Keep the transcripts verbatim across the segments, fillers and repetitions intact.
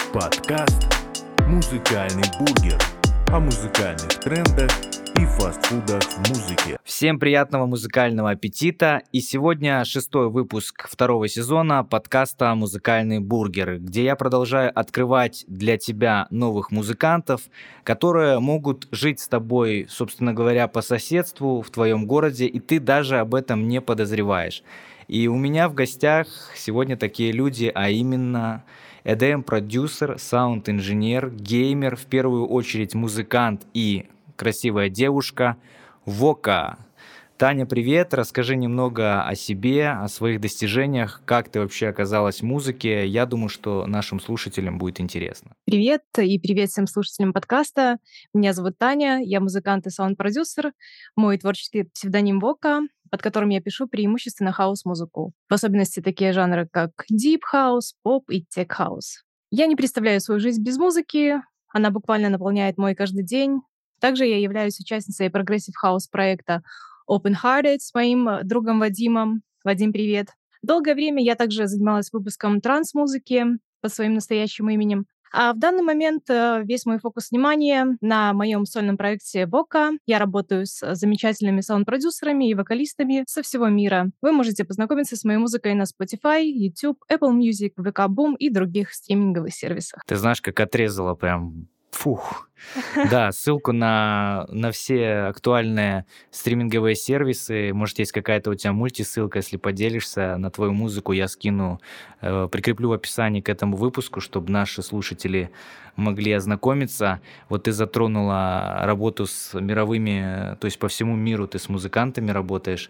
Подкаст «Музыкальный бургер» о музыкальных трендах и фастфудах в музыке. Всем приятного музыкального аппетита! И сегодня шестой выпуск второго сезона подкаста «Музыкальный бургер», где я продолжаю открывать для тебя новых музыкантов, которые могут жить с тобой, собственно говоря, по соседству в твоем городе, и ты даже об этом не подозреваешь. И у меня в гостях сегодня такие люди, а именно и ди эм-продюсер, саунд-инженер, геймер, в первую очередь музыкант и красивая девушка Вока. Таня, привет! Расскажи немного о себе, о своих достижениях, как ты вообще оказалась в музыке. Я думаю, что нашим слушателям будет интересно. Привет и привет всем слушателям подкаста. Меня зовут Таня, я музыкант и саунд-продюсер. Мой творческий псевдоним Вока, под которым я пишу преимущественно хаус-музыку. В особенности такие жанры, как deep house, поп и tech house. Я не представляю свою жизнь без музыки, она буквально наполняет мой каждый день. Также я являюсь участницей прогрессив хаус проекта Open Hearted с моим другом Вадимом. Вадим, привет! Долгое время я также занималась выпуском транс-музыки под своим настоящим именем. А в данный момент весь мой фокус внимания на моем сольном проекте Вока. Я работаю с замечательными саунд-продюсерами и вокалистами со всего мира. Вы можете познакомиться с моей музыкой на Spotify, YouTube, Apple Music, ви кей Boom и других стриминговых сервисах. Ты знаешь, как отрезала прям... Фух. Да, ссылку на, на все актуальные стриминговые сервисы. Может, есть какая-то у тебя мультисылка, если поделишься на твою музыку, я скину, э, прикреплю в описании к этому выпуску, чтобы наши слушатели могли ознакомиться. Вот ты затронула работу с мировыми, то есть по всему миру ты с музыкантами работаешь,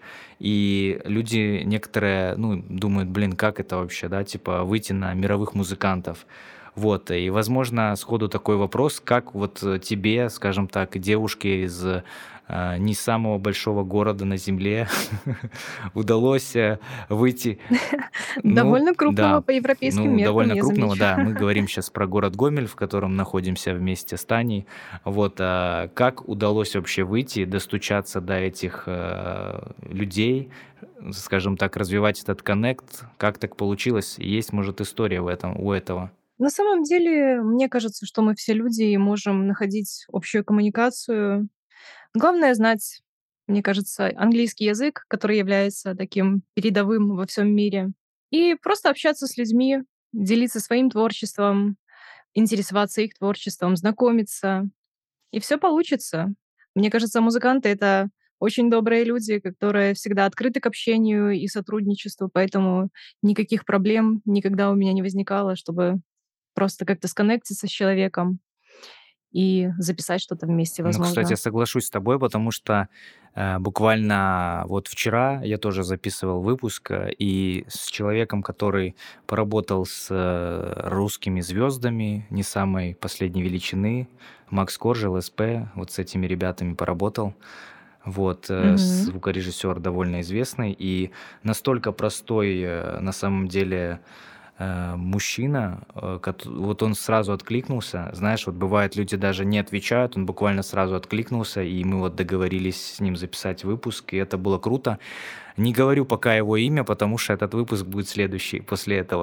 и люди некоторые, ну, думают, блин, как это вообще, да, типа выйти на мировых музыкантов. Вот, и, возможно, сходу такой вопрос, как вот тебе, скажем так, девушке из э, не самого большого города на земле удалось выйти... Довольно Ну, крупного да, по европейским ну, меркам, довольно я крупного, замечу. да. Мы говорим сейчас про город Гомель, в котором находимся вместе с Таней. Вот, а как удалось вообще выйти, достучаться до этих э, людей, скажем так, развивать этот коннект? Как так получилось? Есть, может, история в этом, у этого? На самом деле, мне кажется, что мы все люди и можем находить общую коммуникацию. Главное знать, мне кажется, английский язык, который является таким передовым во всем мире. И просто общаться с людьми, делиться своим творчеством, интересоваться их творчеством, знакомиться. И все получится. Мне кажется, музыканты — это очень добрые люди, которые всегда открыты к общению и сотрудничеству, поэтому никаких проблем никогда у меня не возникало, чтобы просто как-то сконнектиться с человеком и записать что-то вместе, Ну, кстати, возможно. я соглашусь с тобой, потому что э, буквально вот вчера я тоже записывал выпуск, э, и с человеком, который поработал с э, русскими звездами не самой последней величины, Макс Корж, эл эс пэ, вот с этими ребятами поработал. Вот, э, Мгм. звукорежиссер довольно известный и настолько простой, э, на самом деле, э, мужчина, э, кот- вот он сразу откликнулся. Знаешь, вот бывает, люди даже не отвечают, он буквально сразу откликнулся, и мы вот договорились с ним записать выпуск, и это было круто. Не говорю пока его имя, потому что этот выпуск будет следующий после этого.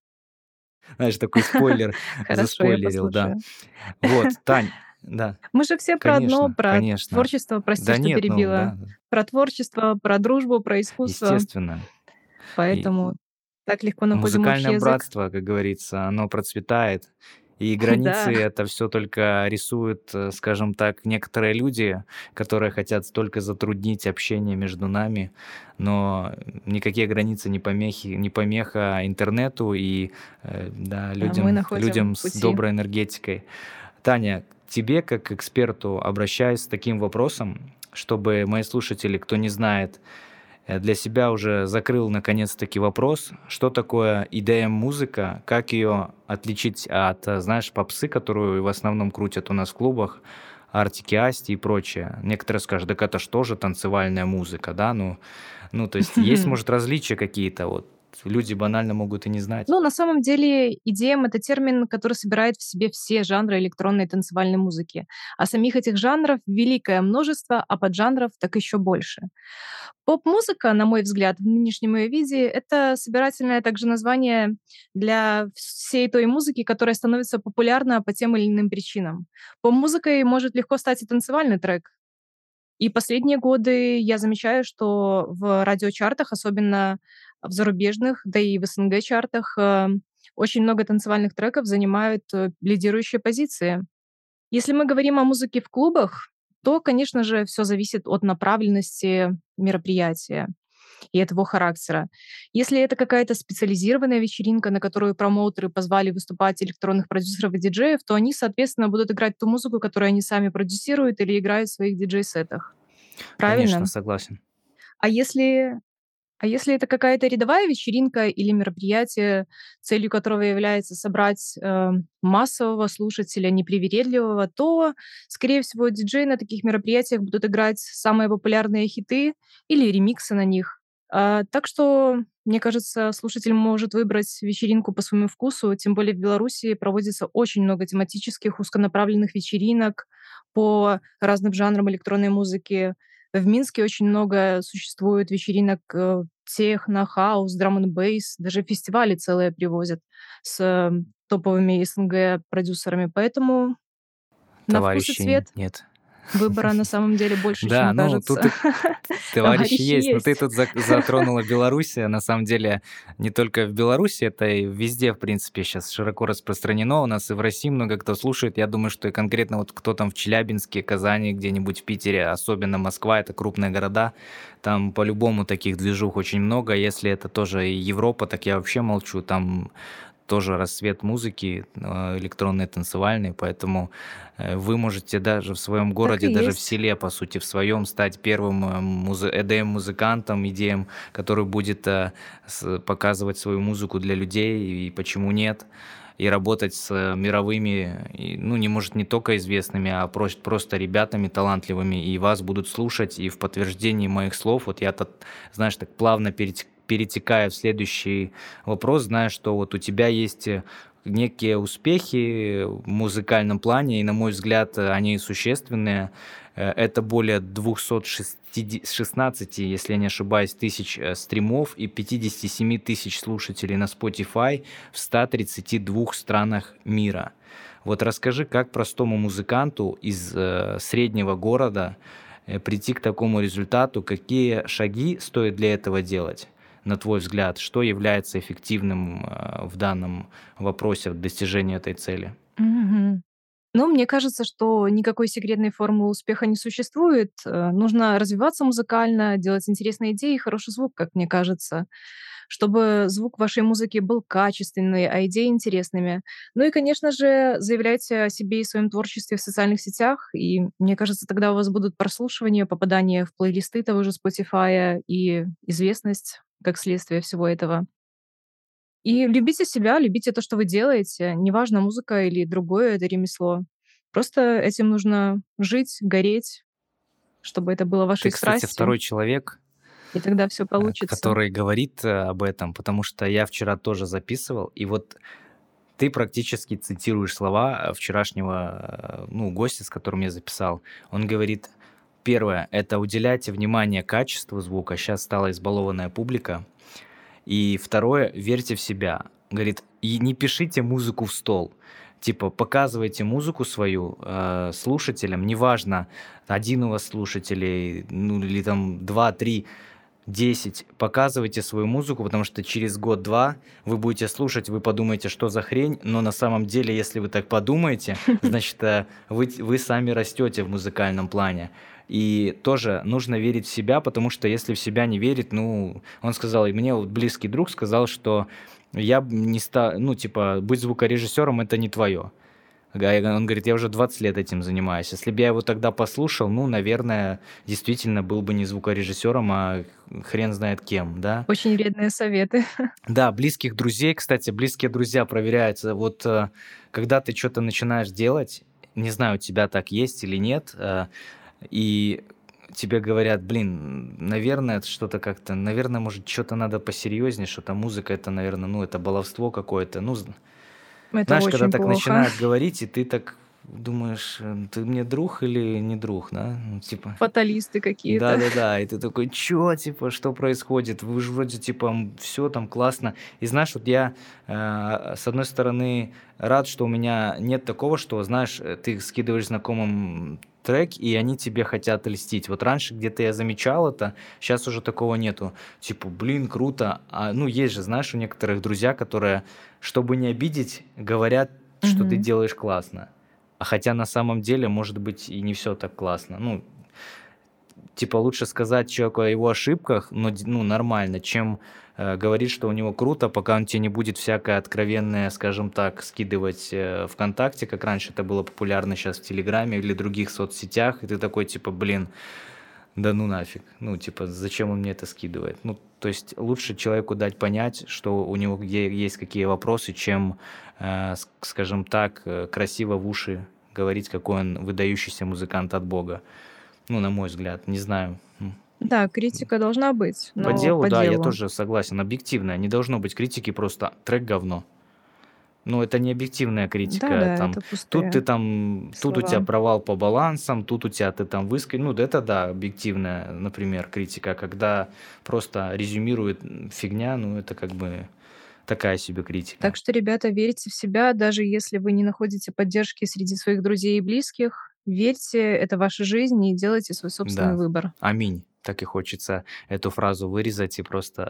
Знаешь, такой спойлер Хорошо, я заспойлерил, да. послушаю. Вот, Тань, да, Мы же все про одно, конечно, про конечно. творчество, прости, Да что нет, ну перебила, да, про творчество, про дружбу, про искусство, естественно. И поэтому так легко находим общий музыкальное язык. братство, как говорится, оно процветает. И границы Да, это все только рисуют, э, скажем так, некоторые люди, которые хотят только затруднить общение между нами, но никакие границы не помехи, не помеха интернету и э, да, да, мы людям, находим людям с пути. доброй энергетикой. Таня, к тебе, как к эксперту, обращаюсь с таким вопросом, чтобы мои слушатели, кто не знает, э, для себя уже закрыл наконец-таки вопрос, что такое и ди эм-музыка, как ее отличить от, э, знаешь, попсы, которую в основном крутят у нас в клубах, Артики Асти и прочее. Некоторые скажут, так это что же танцевальная музыка, да? Ну, ну, то есть есть, может, различия какие-то, вот люди банально могут и не знать. Ну, на самом деле, и ди эм — это термин, который собирает в себе все жанры электронной и танцевальной музыки. А самих этих жанров великое множество, а поджанров так еще больше. Поп-музыка, на мой взгляд, в нынешнем ее виде — это собирательное также название для всей той музыки, которая становится популярна по тем или иным причинам. Поп-музыкой может легко стать и танцевальный трек. И последние годы я замечаю, что в радиочартах, особенно в зарубежных, да и в эс эн гэ-чартах, э, очень много танцевальных треков занимают э, лидирующие позиции. Если мы говорим о музыке в клубах, то, конечно же, все зависит от направленности мероприятия и от его характера. Если это какая-то специализированная вечеринка, на которую промоутеры позвали выступать электронных продюсеров и диджеев, то они, соответственно, будут играть ту музыку, которую они сами продюсируют или играют в своих диджей-сетах. Конечно, Правильно? согласен. А если а если это какая-то рядовая вечеринка или мероприятие, целью которого является собрать э, массового слушателя, непривередливого, то, скорее всего, диджеи на таких мероприятиях будут играть самые популярные хиты или ремиксы на них. А, так что, мне кажется, слушатель может выбрать вечеринку по своему вкусу, тем более в Беларуси проводится очень много тематических узконаправленных вечеринок по разным жанрам электронной музыки. В Минске очень много существует вечеринок э, техно, хаус, драм н бейс, даже фестивали целые привозят с э, топовыми эс эн гэ-продюсерами. Поэтому на вкус и Товарищей цвет нет. выбора на самом деле больше, Да, чем ну тут кажется. и товарищи Товарищи есть, но ты есть. тут зак- затронула Беларусь. На самом деле не только в Беларуси, это и везде, в принципе, сейчас широко распространено. У нас и в России много кто слушает. Я думаю, что и конкретно вот кто там в Челябинске, Казани, где-нибудь в Питере, особенно Москва, это крупные города. Там по-любому таких движух очень много. Если это тоже и Европа, так я вообще молчу. Там тоже расцвет музыки э, электронной, танцевальной, поэтому э, вы можете даже в своем Так городе, и даже в есть. селе, по сути, в своем, стать первым э, муз- и ди эм-музыкантом, и ди эм, который будет э, с- показывать свою музыку для людей, и почему нет, и работать с э, мировыми, и, ну, не может не только известными, а прос- просто ребятами талантливыми, и вас будут слушать, и в подтверждении моих слов, вот я, тут, знаешь, так плавно перетек- перетекая в следующий вопрос, знаю, что вот у тебя есть э, некие успехи в музыкальном плане, и, на мой взгляд, э, они существенные. Э, Это более двести шестнадцать, если я не ошибаюсь, тысяч э, стримов и пятьдесят семь тысяч слушателей на Spotify в ста тридцати двух странах мира. Вот расскажи, как простому музыканту из э, среднего города э, прийти к такому результату, какие шаги стоит для этого делать? На твой взгляд, что является эффективным э, в данном вопросе достижения этой цели? Мгм. Ну, мне кажется, что никакой секретной формулы успеха не существует. Э, Нужно развиваться музыкально, делать интересные идеи и хороший звук, как мне кажется, чтобы звук вашей музыки был качественный, а идеи интересными. Ну и, конечно же, заявляйте о себе и своем творчестве в социальных сетях. И мне кажется, тогда у вас будут прослушивания, попадание в плейлисты того же Spotify и известность как следствие всего этого. И любите себя, любите то, что вы делаете. Неважно, музыка или другое это ремесло. Просто этим нужно жить, гореть, чтобы это было Ты, вашей кстати, страстью, второй человек, и тогда все э, получится. который говорит э, об этом, потому что я вчера тоже записывал, и вот ты практически цитируешь слова э, вчерашнего э, ну, гостя, с которым я записал. Он говорит, первое, это уделяйте внимание качеству звука, сейчас стала избалованная публика. И второе, верьте в себя. Говорит, и не пишите музыку в стол. Типа, показывайте музыку свою э, слушателям, неважно, один у вас слушателей, ну или там два, три, десять, показывайте свою музыку, потому что через год-два вы будете слушать, вы подумаете, что за хрень, но на самом деле, если вы так подумаете, значит, э, вы, вы сами растете в музыкальном плане. И тоже нужно верить в себя, потому что если в себя не верить, ну, он сказал, и мне вот близкий друг сказал, что я б не ста, ну, типа, быть звукорежиссером это не твое. Он говорит, я уже двадцать лет этим занимаюсь. Если бы я его тогда послушал, ну, наверное, действительно был бы не звукорежиссером, а хрен знает кем, да? Очень вредные советы. Да, близких друзей, кстати, близкие друзья проверяются. Вот э, когда ты что-то начинаешь делать, не знаю, у тебя так есть или нет, э, и тебе говорят, блин, наверное, это что-то как-то, наверное, может, что-то надо посерьезнее, что-то музыка, это, наверное, ну, это баловство какое-то. Ну, з- Это знаешь, когда очень так плохо. начинают говорить, и ты так думаешь, э, ты мне друг или не друг, да? Ну, типа, Фаталисты какие-то. да-да-да, и ты такой, чё, типа, что происходит? Вы же вроде, типа, все там классно. И знаешь, вот я, э, с одной стороны, рад, что у меня нет такого, что, знаешь, э, ты скидываешь знакомым трек, и они тебе хотят льстить. Вот раньше где-то я замечал это, сейчас уже такого нету. Типа, блин, круто. А, ну, есть же, знаешь, у некоторых друзья, которые, чтобы не обидеть, говорят, что ты Мгм. делаешь классно. А хотя на самом деле, может быть, и не все так классно. Ну, типа лучше сказать человеку о его ошибках, но д- ну, нормально, чем э, говорить, что у него круто, пока он тебе не будет всякое откровенное, скажем так, скидывать э, ВКонтакте, как раньше это было популярно сейчас в Телеграме или других соцсетях, и ты такой, типа, блин, да ну нафиг, ну, типа, зачем он мне это скидывает? Ну, то есть лучше человеку дать понять, что у него где есть какие вопросы, чем, э, с- скажем так, э, красиво в уши говорить, какой он выдающийся музыкант от Бога. Ну, на мой взгляд, не знаю. М. Да, критика должна быть, По но делу, по да, я делу. тоже согласен. Объективная. Не должно быть критики, просто трек говно. Ну, это не объективная критика. Да-да, Там, это тут ты пустые там, тут у тебя слова. провал по балансам, тут у тебя ты там выскочил. Ну, да, это да, объективная, например, критика. Когда просто резюмирует м, фигня, ну, это как бы такая себе критика. Так что, ребята, верьте в себя, даже если вы не находите поддержки среди своих друзей и близких. Верьте, это ваша жизнь, и делайте свой собственный Да. выбор. Аминь. Так и хочется эту фразу вырезать и просто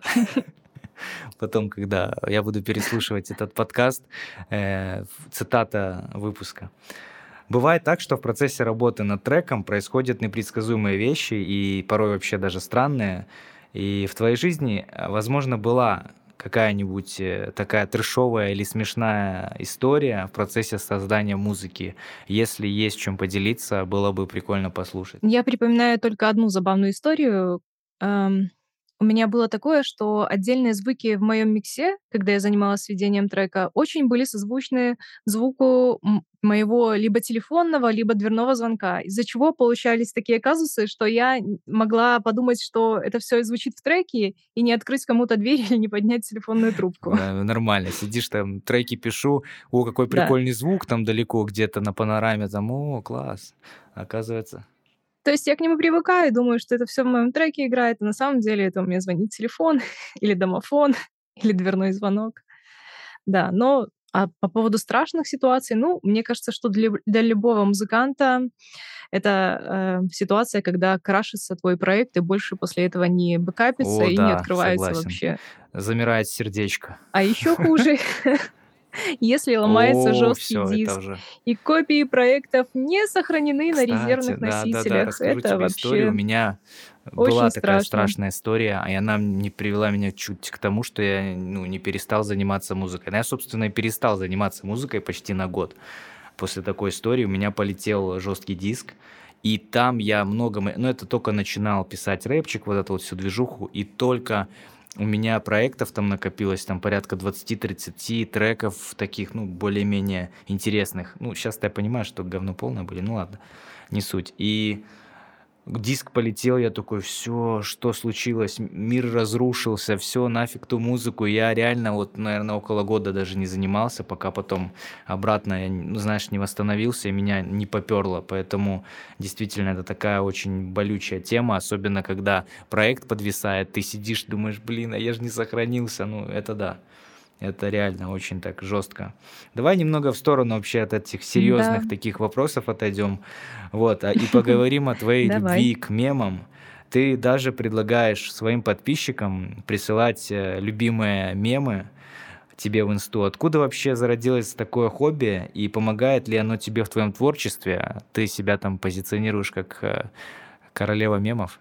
потом, когда я буду переслушивать этот подкаст, э, в- цитата выпуска. Бывает так, что в процессе работы над треком происходят непредсказуемые вещи и порой вообще даже странные. И в твоей жизни, э, возможно, была какая-нибудь э, такая трешовая или смешная история в процессе создания музыки. Если есть чем поделиться, было бы прикольно послушать. Я припоминаю только одну забавную историю. Ам, у меня было такое, что отдельные звуки в моем миксе, когда я занималась сведением трека, очень были созвучны звуку м- моего либо телефонного, либо дверного звонка, из-за чего получались такие казусы, что я н- могла подумать, что это все звучит в треке, и не открыть кому-то дверь или не поднять телефонную трубку. Да, нормально. Сидишь там, треки пишу, о, какой Да. прикольный звук там далеко где-то на панораме, там, о, класс. Оказывается, То есть я к нему привыкаю, думаю, что это все в моем треке играет, а на самом деле это у меня звонит телефон или домофон, или дверной звонок. Да, но, а по поводу страшных ситуаций, ну, мне кажется, что для лю для любого музыканта это, э, ситуация, когда крашится твой проект и больше после этого не бэкапится о, и не да, открывается согласен. вообще. Замирает сердечко. А еще хуже, если ломается О, жесткий все, это диск уже. и копии проектов не сохранены на Кстати, резервных да-да-да, носителях. расскажу Это тебе историю. У вообще меня очень была такая страшно. страшная история, и она не привела меня чуть к тому, что я, ну, не перестал заниматься музыкой. Но я, собственно, и перестал заниматься музыкой почти на год. После такой истории у меня полетел жесткий диск, и там я много... м- Ну, это только начинал писать рэпчик, вот эту вот всю движуху, и только у меня проектов там накопилось там порядка двадцать-тридцать треков таких, ну, более-менее интересных. Ну, сейчас-то я понимаю, что говно полное были, ну ладно, не суть. И диск полетел, я такой, все, что случилось, М- мир разрушился, все, нафиг ту музыку. Я реально вот, наверное, около года даже не занимался, пока потом обратно, я, ну, знаешь, не восстановился, и меня не поперло. Поэтому действительно это такая очень болючая тема, особенно когда проект подвисает, ты сидишь, думаешь, блин, а я же не сохранился. Ну, это да. Это реально очень так жестко. Давай немного в сторону вообще от этих Да, серьезных таких вопросов отойдем. Вот, а, и поговорим о твоей давай. любви к мемам. Ты даже предлагаешь своим подписчикам присылать э, любимые мемы тебе в инсту. Откуда вообще зародилось такое хобби и помогает ли оно тебе в твоем творчестве? Ты себя там позиционируешь как э, королева мемов?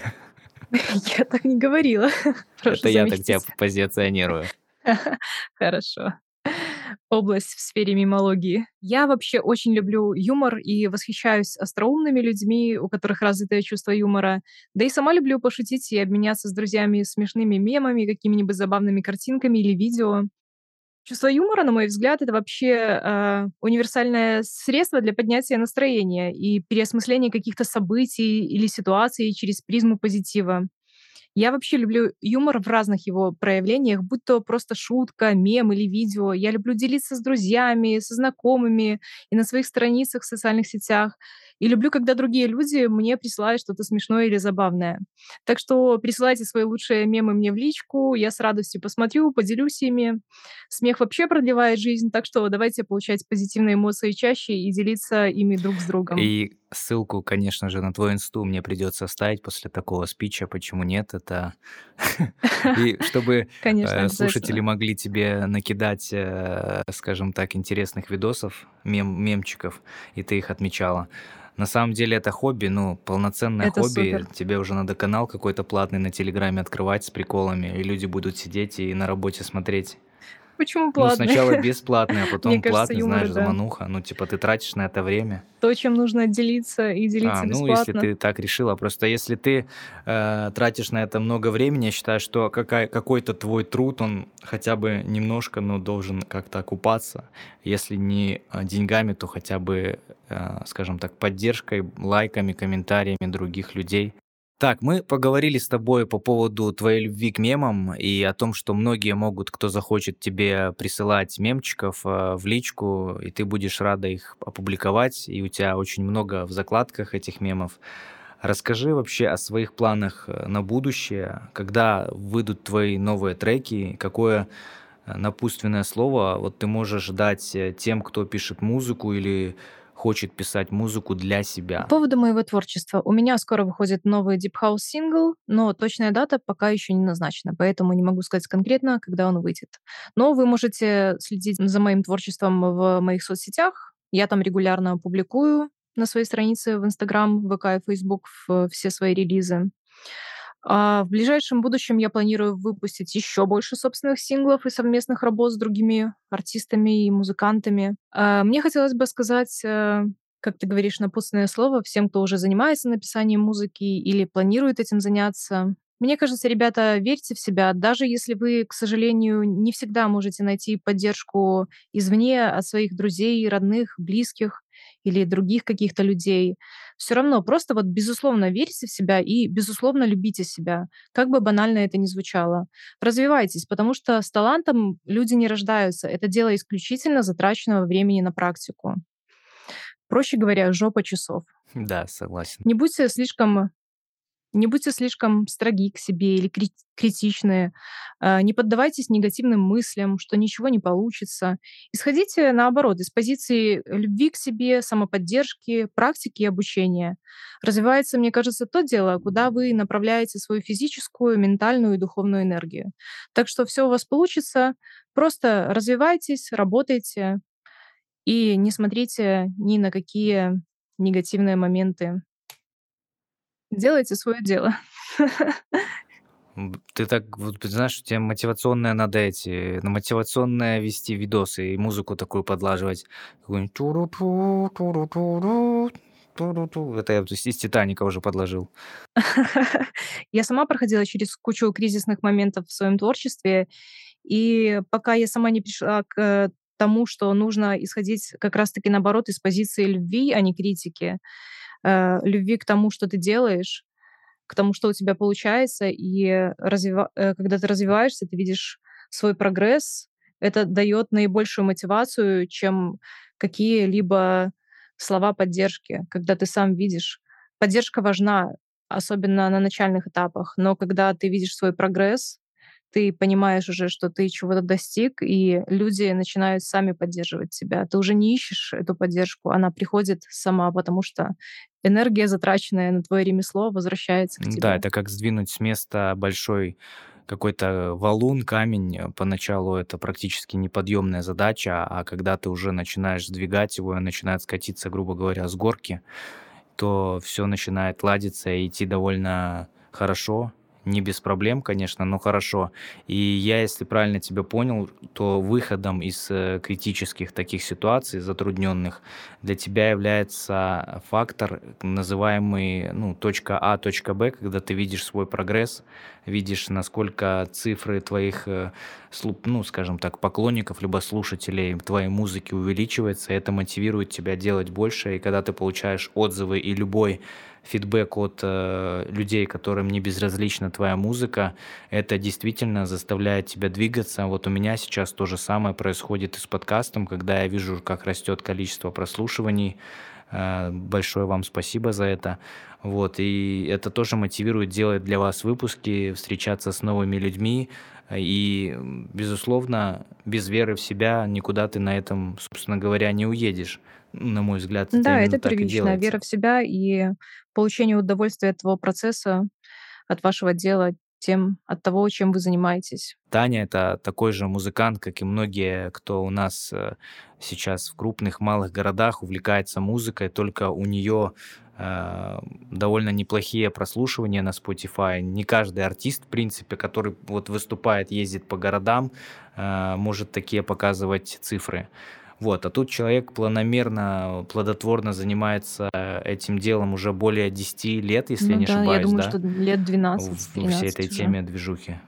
Я так не говорила. Прошу Это я так тебя заметить. позиционирую. Хорошо. Область в сфере мимологии. Я вообще очень люблю юмор и восхищаюсь остроумными людьми, у которых развитое чувство юмора. Да и сама люблю пошутить и обменяться с друзьями смешными мемами, какими-нибудь забавными картинками или видео. Чувство юмора, на мой взгляд, это вообще э, универсальное средство для поднятия настроения и переосмысления каких-то событий или ситуаций через призму позитива. Я вообще люблю юмор в разных его проявлениях, будь то просто шутка, мем или видео. Я люблю делиться с друзьями, со знакомыми и на своих страницах в социальных сетях. И люблю, когда другие люди мне присылают что-то смешное или забавное. Так что присылайте свои лучшие мемы мне в личку, я с радостью посмотрю, поделюсь ими. Смех вообще продлевает жизнь, так что давайте получать позитивные эмоции чаще и делиться ими друг с другом. И ссылку, конечно же, на твой инсту мне придется оставить после такого спича. Почему нет? Это и чтобы Конечно, э, слушатели обязательно. могли тебе накидать, э, скажем так, интересных видосов, мем, мемчиков, и ты их отмечала. На самом деле это хобби, ну, полноценное Это хобби. супер. Тебе уже надо канал какой-то платный на Телеграме открывать с приколами, и люди будут сидеть и на работе смотреть. Почему Ну, платный? сначала бесплатный, а Мне потом кажется, платный, юмор — знаешь, это замануха. Ну, типа, ты тратишь на это время. то, чем нужно делиться и А, делиться ну, если бесплатно. ты так решила. Просто если ты э, тратишь на это много времени, я считаю, что какая, какой-то твой труд, он хотя бы немножко, но должен как-то окупаться. Если не э, деньгами, то хотя бы, э, скажем так, поддержкой, лайками, комментариями других людей. Так, мы поговорили с тобой по поводу твоей любви к мемам и о том, что многие могут, кто захочет, тебе присылать мемчиков э, в личку, и ты будешь рада их опубликовать, и у тебя очень много в закладках этих мемов. Расскажи вообще о своих планах э, на будущее, когда выйдут твои новые треки, какое э, напутственное слово вот ты можешь дать э, тем, кто пишет музыку или хочет писать музыку для По себя. поводу моего творчества. У меня скоро выходит новый Deep House сингл, но точная дата пока еще не назначена, поэтому не могу сказать конкретно, когда он выйдет. Но вы можете следить за моим творчеством в моих соцсетях. Я там регулярно публикую на своей странице в Instagram, ВК и Facebook в- все свои релизы. А в ближайшем будущем я планирую выпустить еще больше собственных синглов и совместных работ с другими артистами и музыкантами. А, Мне хотелось бы сказать, э, как ты говоришь, напутственное слово всем, кто уже занимается написанием музыки или планирует этим заняться. Мне кажется, ребята, верьте в себя, даже если вы, к сожалению, не всегда можете найти поддержку извне от своих друзей, родных, близких или других каких-то людей. Все равно просто вот безусловно верьте в себя и безусловно любите себя, как бы банально это ни звучало. Развивайтесь, потому что с талантом люди не рождаются. Это дело исключительно затраченного времени на практику. Проще говоря, жопа часов. Да, согласен. Не будьте слишком не будьте слишком строги к себе или кри- критичны. А, Не поддавайтесь негативным мыслям, что ничего не получится. Исходите, наоборот, из позиции любви к себе, самоподдержки, практики и обучения. Развивается, мне кажется, то дело, куда вы направляете свою физическую, ментальную и духовную энергию. Так что все у вас получится. Просто развивайтесь, работайте и не смотрите ни на какие негативные моменты. Делайте свое дело. М, Ты так, вот, знаешь, тебе мотивационное надо эти, на мотивационное вести видосы и музыку такую подлаживать. Какую-нибудь туру-ту, туру-туру, туру-ту. Это я, то есть, из Титаника уже подложил. Я сама проходила через кучу кризисных моментов в своем творчестве, и пока я сама не пришла к э, тому, что нужно исходить как раз-таки наоборот из позиции любви, а не критики, э, любви к тому, что ты делаешь, к тому, что у тебя получается, и развива- э, когда ты развиваешься, ты видишь свой прогресс, это дает наибольшую мотивацию, чем какие-либо слова поддержки, когда ты сам видишь. Поддержка важна, особенно на начальных этапах, но когда ты видишь свой прогресс, ты понимаешь уже, что ты чего-то достиг, и люди начинают сами поддерживать тебя. Ты уже не ищешь эту поддержку, она приходит сама, потому что энергия, затраченная на твое ремесло, возвращается к М, Да, тебе. это как сдвинуть с места большой какой-то валун, камень. Э, Поначалу это практически неподъемная задача, а когда ты уже начинаешь сдвигать его, и он начинает скатиться, грубо говоря, с горки, то все начинает ладиться и идти довольно хорошо, не без проблем, конечно, но хорошо. И я, если правильно тебя понял, то выходом из э, критических таких ситуаций, затрудненных, для тебя является фактор, называемый, ну, точка А, точка Б, когда ты видишь свой прогресс, видишь, насколько цифры твоих, э, слу- ну, скажем так, поклонников, либо слушателей твоей музыки увеличивается, это мотивирует тебя делать больше, и когда ты получаешь отзывы и любой фидбэк от э, людей, которым не безразлична твоя музыка, это действительно заставляет тебя двигаться. Вот у меня сейчас то же самое происходит и с подкастом, когда я вижу, как растет количество прослушиваний. Э, большое вам спасибо за это. Вот, и это тоже мотивирует делать для вас выпуски, встречаться с новыми людьми. И, м, безусловно, без веры в себя никуда ты на этом, собственно говоря, не уедешь. На мой взгляд, это Да, это именно так и первично. Вера делается. в себя и получение удовольствия от этого процесса, от вашего дела, тем, от того, чем вы занимаетесь. Таня — это такой же музыкант, как и многие, кто у нас э, сейчас в крупных малых городах увлекается музыкой, только у нее э, довольно неплохие прослушивания на Spotify. Не каждый артист, в принципе, который вот выступает, ездит по городам, э, может такие показывать цифры. Вот, а тут человек планомерно, плодотворно занимается этим делом уже более десяти лет, если я Ну не да, я ошибаюсь, думаю, да, что лет в во всей этой двенадцать-тринадцать уже. теме движухи.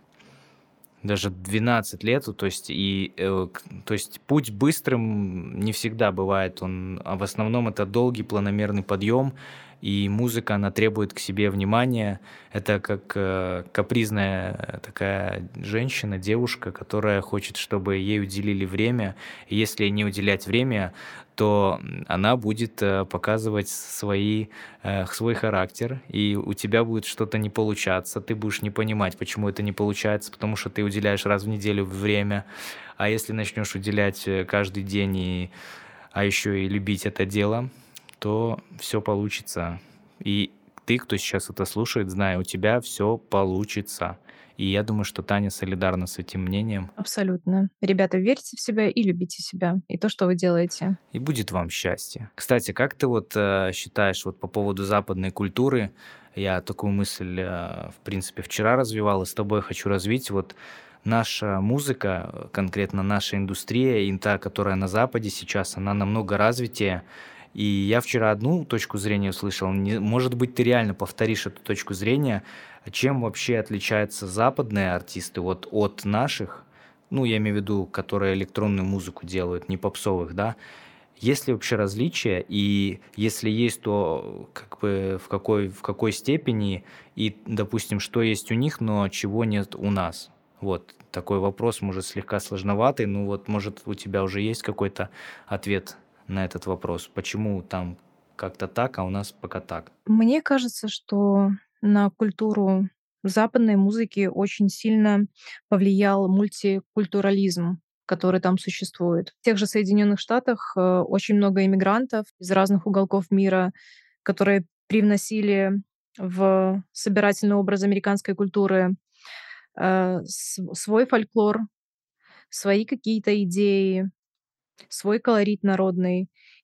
Даже двенадцать лет, то есть, и, э, к- то есть путь быстрым не всегда бывает, он, а в основном это долгий планомерный подъем, и музыка, она требует к себе внимания. Это как э, капризная такая женщина, девушка, которая хочет, чтобы ей уделили время. И если ей не уделять время, то м, она будет э, показывать свои, э, свой характер, и у тебя будет что-то не получаться, ты будешь не понимать, почему это не получается, потому что ты уделяешь раз в неделю время, а если начнешь уделять э, каждый день, и, а еще и любить это дело, то все получится. И ты, кто сейчас это слушает, знай, у тебя все получится. И я думаю, что Таня солидарна с этим мнением. Абсолютно. Ребята, верьте в себя и любите себя, и то, что вы делаете. И будет вам счастье. Кстати, как ты вот э, считаешь вот по поводу западной культуры? Я такую мысль, э, в принципе, вчера развивал, и с тобой хочу развить. Вот наша музыка, э, конкретно наша индустрия, и та, которая на Западе сейчас, она намного развитее. И я вчера одну точку зрения услышал. Не- может быть, ты реально повторишь эту точку зрения. Чем вообще отличаются западные артисты вот от наших? Ну, я имею в виду, которые электронную музыку делают, не попсовых, да? Есть ли вообще различия? И если есть, то как бы в какой, в какой степени? И, допустим, что есть у них, но чего нет у нас? Вот такой вопрос, может, слегка сложноватый, но вот, может, у тебя уже есть какой-то ответ на этот вопрос. Почему там как-то так, а у нас пока так? Мне кажется, что на культуру западной музыки очень сильно повлиял мультикультурализм, который там существует. В тех же Соединенных Штатах э, очень много иммигрантов из разных уголков мира, которые привносили в собирательный образ американской культуры э, с- свой фольклор, свои какие-то идеи, свой колорит народный.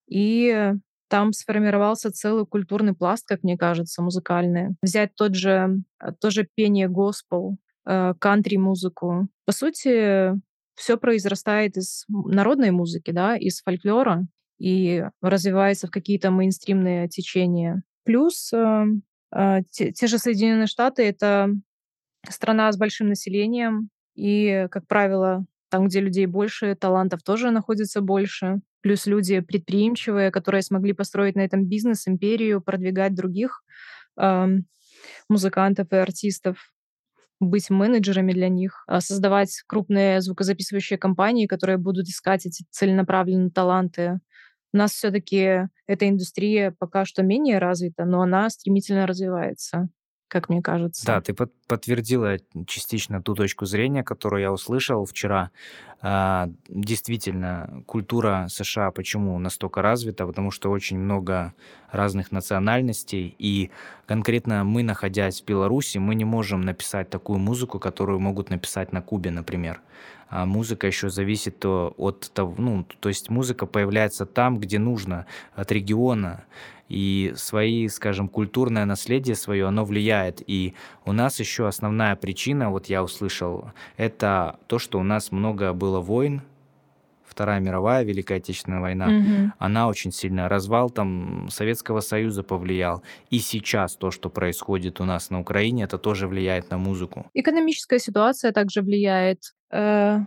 И там сформировался целый культурный пласт, как мне кажется, музыкальный. Взять тот же, э, тоже пение госпел, э, кантри-музыку. По сути, все произрастает из м- народной музыки, да, из фольклора и развивается в какие-то мейнстримные течения. Плюс э, э, те, те же Соединенные Штаты — это страна с большим населением, и, как правило, там, где людей больше, талантов тоже находится больше. Плюс люди предприимчивые, которые смогли построить на этом бизнес, империю, продвигать других ам, музыкантов и артистов, быть менеджерами для них, а, создавать крупные звукозаписывающие компании, которые будут искать эти целенаправленные таланты. У нас все таки эта индустрия пока что менее развита, но она стремительно развивается, как мне кажется. Да, ты под- подтвердила частично ту точку зрения, которую я услышал вчера. А, Действительно, культура США почему настолько развита? Потому что очень много разных национальностей, и конкретно мы, находясь в Беларуси, мы не можем написать такую музыку, которую могут написать на Кубе, например. А музыка еще зависит то- от того, ну, то есть музыка появляется там, где нужно, от региона. и свои, скажем, культурное наследие свое, оно влияет. И у нас еще основная причина, вот я услышал, это то, что у нас много было войн. Вторая мировая, Великая Отечественная война, Мгм. она очень сильно, развал там Советского Союза повлиял. И сейчас то, что происходит у нас на Украине, это тоже влияет на музыку. Экономическая ситуация также влияет. Э,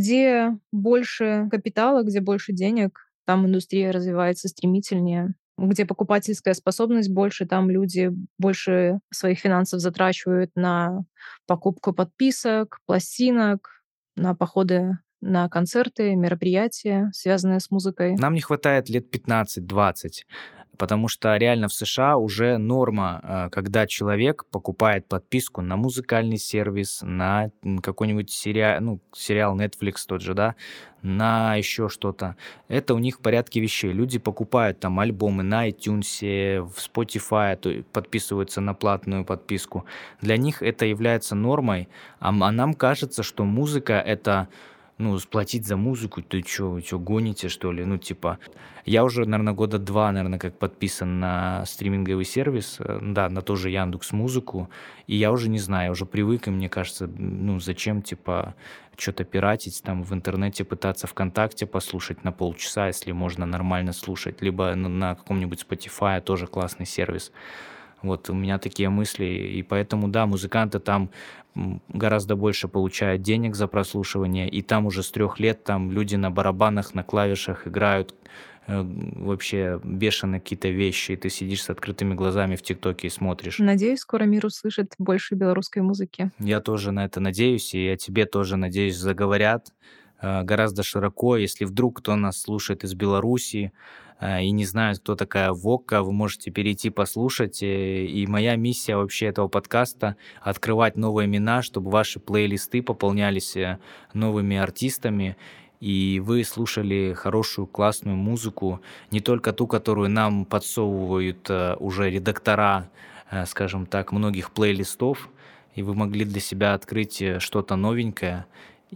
Где больше капитала, где больше денег, там индустрия развивается стремительнее. Где покупательская способность больше, там люди больше своих финансов затрачивают на покупку подписок, пластинок, на походы на концерты, мероприятия, связанные с музыкой. Нам не хватает лет пятнадцать-двадцать, потому что реально в США уже норма, э, когда человек покупает подписку на музыкальный сервис, на м, какой-нибудь сериал, ну, сериал Netflix тот же, да, на еще что-то. Это у них в порядке вещей. Люди покупают там альбомы на iTunes, в Spotify, то есть подписываются на платную подписку. Для них это является нормой, а, м- а нам кажется, что музыка это ну, сплатить за музыку, ты чё, вы чё, гоните, что ли? Ну, типа, я уже, наверное, года два, наверное, как подписан на стриминговый сервис, э, да, на тоже Яндекс.Музыку, и я уже не знаю, я уже привык, и мне кажется, ну, зачем, типа, что-то пиратить, там, в интернете пытаться ВКонтакте послушать на полчаса, если можно нормально слушать, либо на, на каком-нибудь Spotify, тоже классный сервис. Вот у меня такие мысли, и поэтому, да, музыканты там м, гораздо больше получают денег за прослушивание, и там уже с трех лет там люди на барабанах, на клавишах играют э, вообще бешеные какие-то вещи, и ты сидишь с открытыми глазами в ТикТоке и смотришь. Надеюсь, скоро мир услышит больше белорусской музыки. Я тоже на это надеюсь, и я тебе тоже, надеюсь, заговорят э, гораздо широко. Если вдруг кто нас слушает из Беларуси э, и не знает, кто такая Вокка, вы можете перейти послушать. э, И моя миссия вообще этого подкаста — открывать новые имена, чтобы ваши плейлисты пополнялись э, новыми артистами, и вы слушали хорошую, классную музыку, не только ту, которую нам подсовывают э, уже редактора, э, скажем так, многих плейлистов, и вы могли для себя открыть э, что-то новенькое,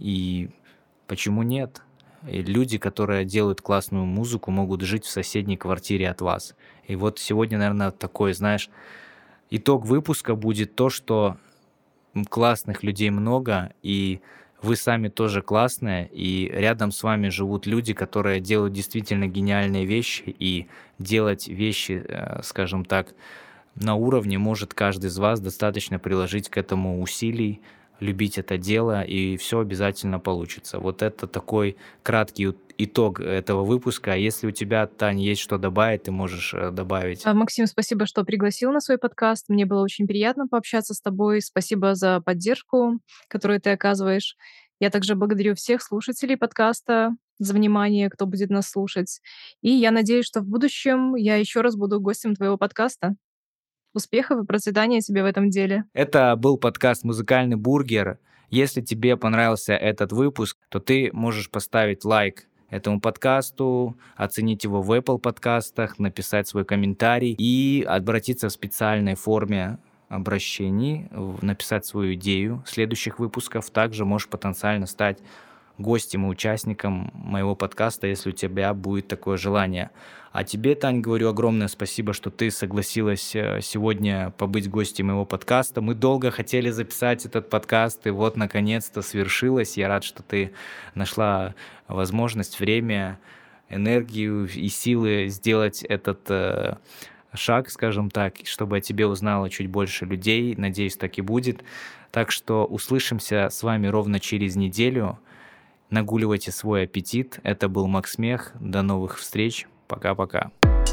и почему нет? И люди, которые делают классную музыку, могут жить в соседней квартире от вас. И вот сегодня, наверное, такой, знаешь, итог выпуска будет то, что м, классных людей много, и вы сами тоже классные, и рядом с вами живут люди, которые делают действительно гениальные вещи, и делать вещи, э, скажем так, на уровне может каждый из вас, достаточно приложить к этому усилий, любить это дело, и все обязательно получится. Вот это такой краткий ут- итог этого выпуска. А если у тебя, Тань, есть что добавить, ты можешь э, добавить. А, Максим, спасибо, что пригласил на свой подкаст. Мне было очень приятно пообщаться с тобой. Спасибо за поддержку, которую ты оказываешь. Я также благодарю всех слушателей подкаста за внимание, кто будет нас слушать. И я надеюсь, что в будущем я еще раз буду гостем твоего подкаста. Успехов и процветания тебе в этом деле. Это был подкаст «Музыкальный бургер». Если тебе понравился этот выпуск, то ты можешь поставить лайк этому подкасту, оценить его в Apple подкастах, написать свой комментарий и обратиться в специальной форме обращений, в- написать свою идею следующих выпусков. Также можешь потенциально стать гостем и участником моего подкаста, если у тебя будет такое желание. А тебе, Тань, говорю огромное спасибо, что ты согласилась э, сегодня побыть гостем моего подкаста. Мы долго хотели записать этот подкаст, и вот, наконец-то, свершилось. Я рад, что ты нашла возможность, время, энергию и силы сделать этот э, шаг, скажем так, чтобы о тебе узнало чуть больше людей. Надеюсь, так и будет. Так что услышимся с вами ровно через неделю. Нагуливайте свой аппетит. Это был Макс Мех. До новых встреч. Пока-пока.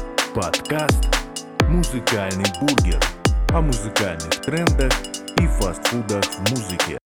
Подкаст «Музыкальный бургер» о музыкальных трендах и фастфудах в музыке.